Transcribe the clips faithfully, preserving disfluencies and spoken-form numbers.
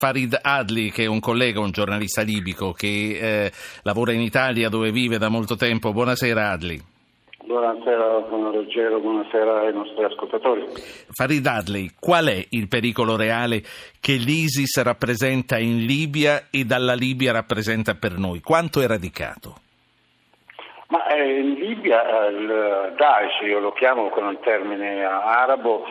Farid Adli, che è un collega, un giornalista libico che eh, lavora in Italia, dove vive da molto tempo. Buonasera Adli. Buonasera Ruggero, buonasera ai nostri ascoltatori. Farid Adli, qual è il pericolo reale che l'ISIS rappresenta in Libia e dalla Libia rappresenta per noi? Quanto è radicato? Ma eh, in Libia eh, il Daesh, io lo chiamo con un termine arabo,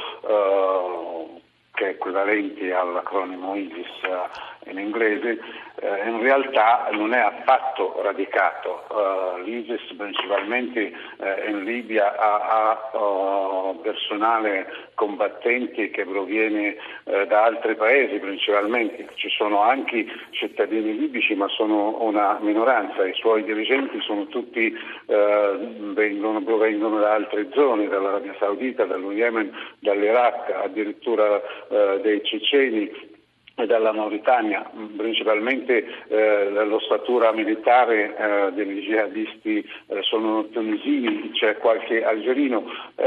eh, che è equivalente all'acronimo ISIS in inglese, eh, in realtà non è affatto radicato. Uh, L'ISIS principalmente eh, in Libia ha, ha uh, personale combattenti che proviene eh, da altri paesi principalmente. Ci sono anche cittadini libici, ma sono una minoranza. I suoi dirigenti sono tutti eh, vengono, provengono da altre zone, dall'Arabia Saudita, dallo Yemen, dall'Iraq, addirittura eh, dei ceceni e dalla Mauritania. Principalmente eh, l'ossatura militare eh, degli jihadisti eh, sono tunisini, c'è qualche algerino,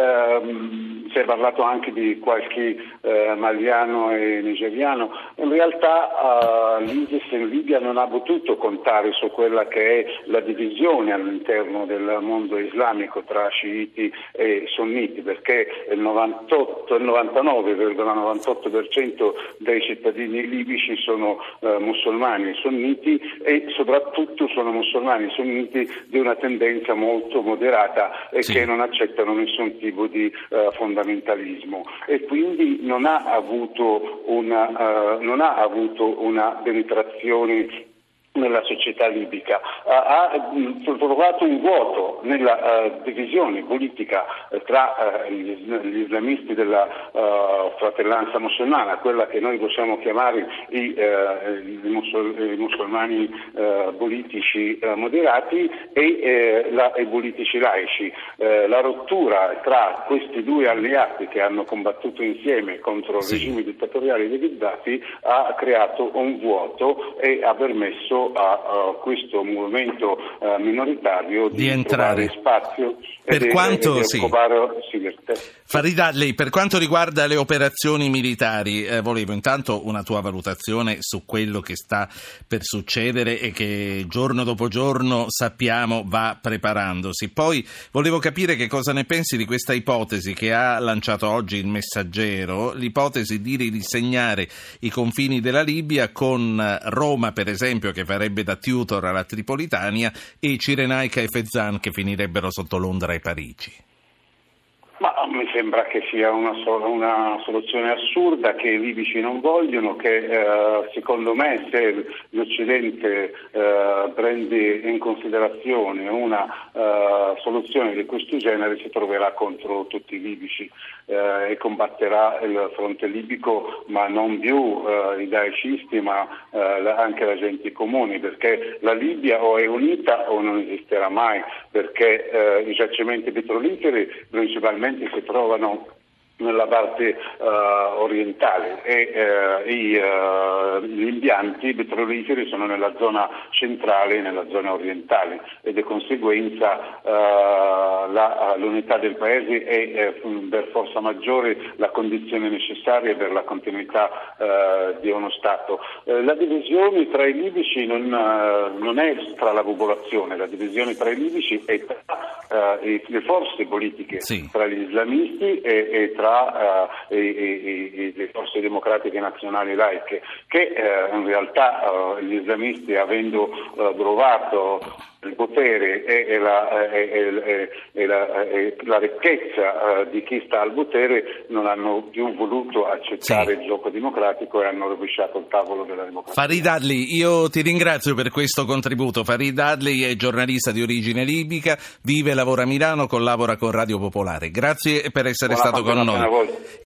eh, si è parlato anche di qualche eh, maliano e nigeriano. In realtà eh, l'ISIS in Libia non ha potuto contare su quella che è la divisione all'interno del mondo islamico tra sciiti e sunniti, perché il novantotto, il novantanove virgola novantotto per cento dei cittadini libici sono eh, musulmani sunniti e soprattutto sono musulmani sunniti di una tendenza molto moderata e sì. che non accettano nessun tipo di eh, fondamentalismo, e quindi non ha avuto una, uh, non ha avuto una penetrazione nella società libica, ha, ha trovato un vuoto nella uh, divisione politica uh, tra uh, gli, gli islamisti della uh, fratellanza musulmana, quella che noi possiamo chiamare i, uh, i, musul- i musulmani uh, politici uh, moderati e uh, la, i politici laici. Uh, la rottura tra questi due alleati che hanno combattuto insieme contro il sì. regime dittatoriale di Gheddafi ha creato un vuoto e ha permesso a uh, questo movimento uh, minoritario di, di entrare spazio per e quanto di, e di sì. occupare Farid Adli, per quanto riguarda le operazioni militari, eh, volevo intanto una tua valutazione su quello che sta per succedere e che giorno dopo giorno sappiamo va preparandosi. Poi volevo capire che cosa ne pensi di questa ipotesi che ha lanciato oggi il Messaggero, l'ipotesi di ridisegnare i confini della Libia con Roma, per esempio, che farebbe da tutor alla Tripolitania, e Cirenaica e Fezzan che finirebbero sotto Londra e Parigi. Ma mi sembra che sia una, so- una soluzione assurda che i libici non vogliono, che eh, secondo me se l'Occidente eh, prende in considerazione una eh, soluzione di questo genere si troverà contro tutti i libici eh, e combatterà il fronte libico, ma non più eh, i daeshisti, ma eh, anche la gente comuni, perché la Libia o è unita o non esisterà mai, perché eh, i giacimenti petroliferi principalmente si trovano nella parte uh, orientale e uh, i, uh, gli impianti petroliferi sono nella zona centrale e nella zona orientale, e di conseguenza uh, la, l'unità del paese è uh, per forza maggiore la condizione necessaria per la continuità uh, di uno Stato. Uh, la divisione tra i libici non, uh, non è tra la popolazione, la divisione tra i libici è tra uh, i, le forze politiche, sì. tra gli islamisti e, e tra Uh, e, e, e le forze democratiche nazionali laiche, che uh, in realtà uh, gli islamisti, avendo uh, provato il potere e, e, la, e, e, e, la, e la ricchezza uh, di chi sta al potere, non hanno più voluto accettare sì. il gioco democratico e hanno rovesciato il tavolo della democrazia. Farid Adli, io ti ringrazio per questo contributo. Farid Adli è giornalista di origine libica, vive e lavora a Milano, collabora con Radio Popolare. Grazie per essere Buona stato con noi.